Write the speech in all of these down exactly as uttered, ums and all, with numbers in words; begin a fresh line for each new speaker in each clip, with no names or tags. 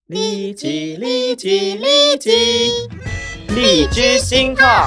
立即立即立即荔枝心跳。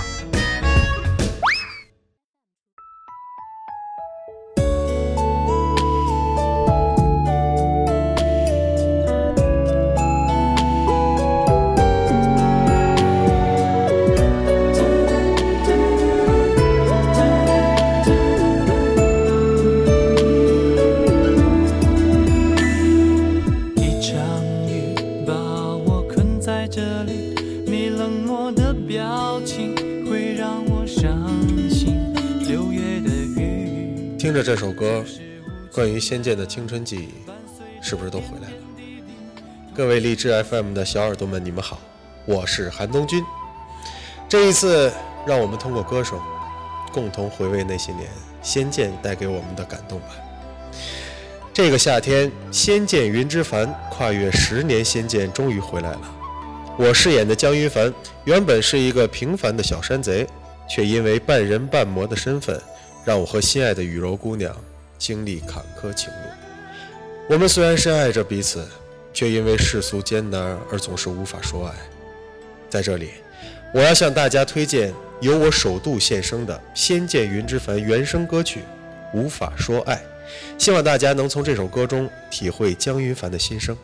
听着这首歌，关于仙剑的青春记忆是不是都回来了？各位荔枝 F M 的小耳朵们，你们好，我是韩东君。这一次让我们通过歌声共同回味那些年仙剑带给我们的感动吧。这个夏天，仙剑云之凡跨越十年仙剑终于回来了。我饰演的江云凡原本是一个平凡的小山贼，却因为半人半魔的身份，让我和心爱的雨柔姑娘经历坎坷情路。我们虽然深爱着彼此，却因为世俗艰难而总是无法说爱。在这里，我要向大家推荐由我首度献声的《仙剑云之凡》原声歌曲《无法说爱》，希望大家能从这首歌中体会江云凡的心声。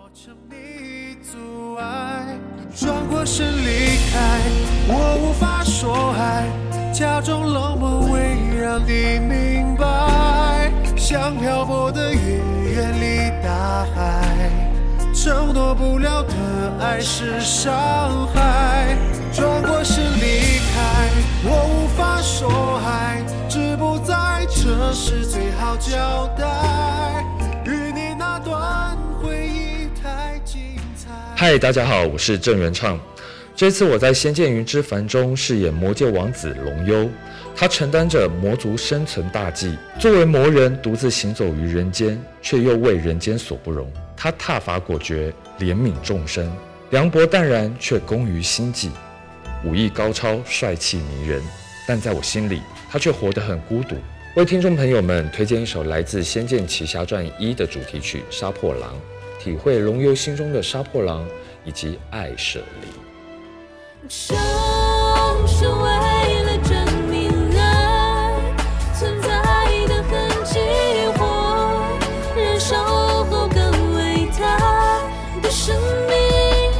转过身离开，我无法说爱，假装冷漠为让你明白，像漂泊的云远离大海，承诺不了的爱是伤害。转过身离开，我无法说爱，志不在这时最好交代，与你那段回忆太精彩。
嗨，大家好，我是郑元畅。这次我在《仙剑云之凡》中饰演魔界王子龙幽，他承担着魔族生存大计，作为魔人独自行走于人间，却又为人间所不容。他踏伐果决，怜悯众生，凉薄淡然，却工于心计，武艺高超，帅气迷人。但在我心里，他却活得很孤独。为听众朋友们推荐一首来自《仙剑奇侠传一》的主题曲《杀破狼》，体会龙幽心中的杀破狼以及爱舍离。
生是为了证明爱存在的痕迹，或燃烧后更伟大的生命。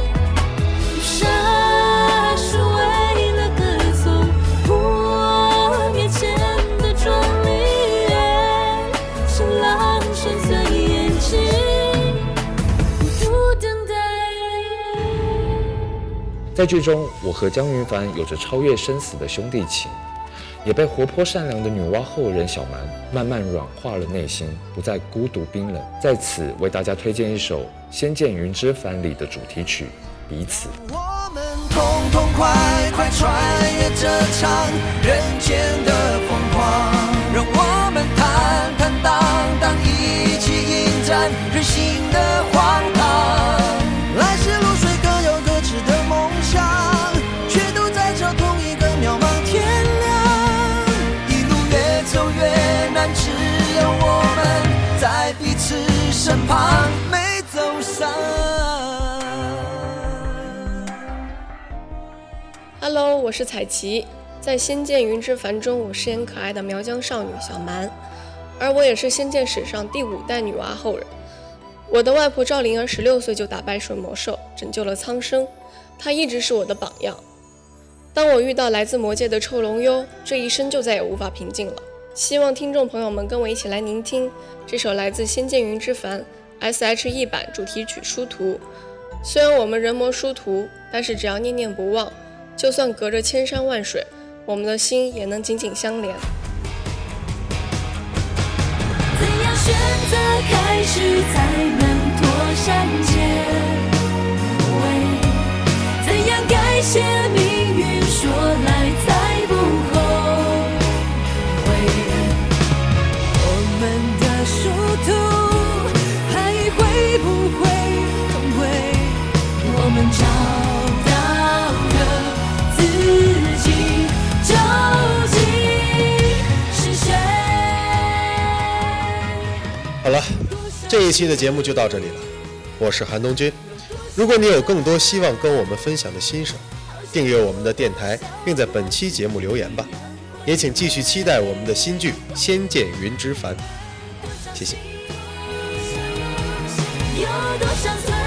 杀是为了歌颂破灭前的壮丽，是狼深邃眼睛不住等待。
在剧中，我和江云凡有着超越生死的兄弟情，也被活泼善良的女娲后人小蛮慢慢软化了内心，不再孤独冰冷。在此为大家推荐一首《仙剑云之凡》里的主题曲《彼此》。
我们痛痛快快穿越这场人间的疯狂，让我们坦坦荡荡一起迎战人性的荒唐。来时路水各有各自的梦想，却都在找同一个渺茫天亮。一路越走越难，只有我们在彼此身旁没走散。
Hello， 我是彩琪，在《仙剑云之凡》中，我饰演可爱的苗疆少女小蛮，而我也是仙剑史上第五代女娲后人。我的外婆赵灵儿十六岁就打败水魔兽，拯救了苍生，她一直是我的榜样。当我遇到来自魔界的臭龙幽，这一生就再也无法平静了。希望听众朋友们跟我一起来聆听这首来自《仙剑云之凡》S H E 版主题曲《殊途》。虽然我们人魔殊途，但是只要念念不忘，就算隔着千山万水，我们的心也能紧紧相连。
怎样选择开始才能脱善结？为怎样改写命运，说来才不后悔。我们的殊途还会不会同归？我们找到了自己究竟是谁？
好了，这一期的节目就到这里了，我是韩东君。 如果你有更多希望跟我们分享的心声，订阅我们的电台，并在本期节目留言吧。也请继续期待我们的新剧《仙剑云之凡》。谢谢。
有多少次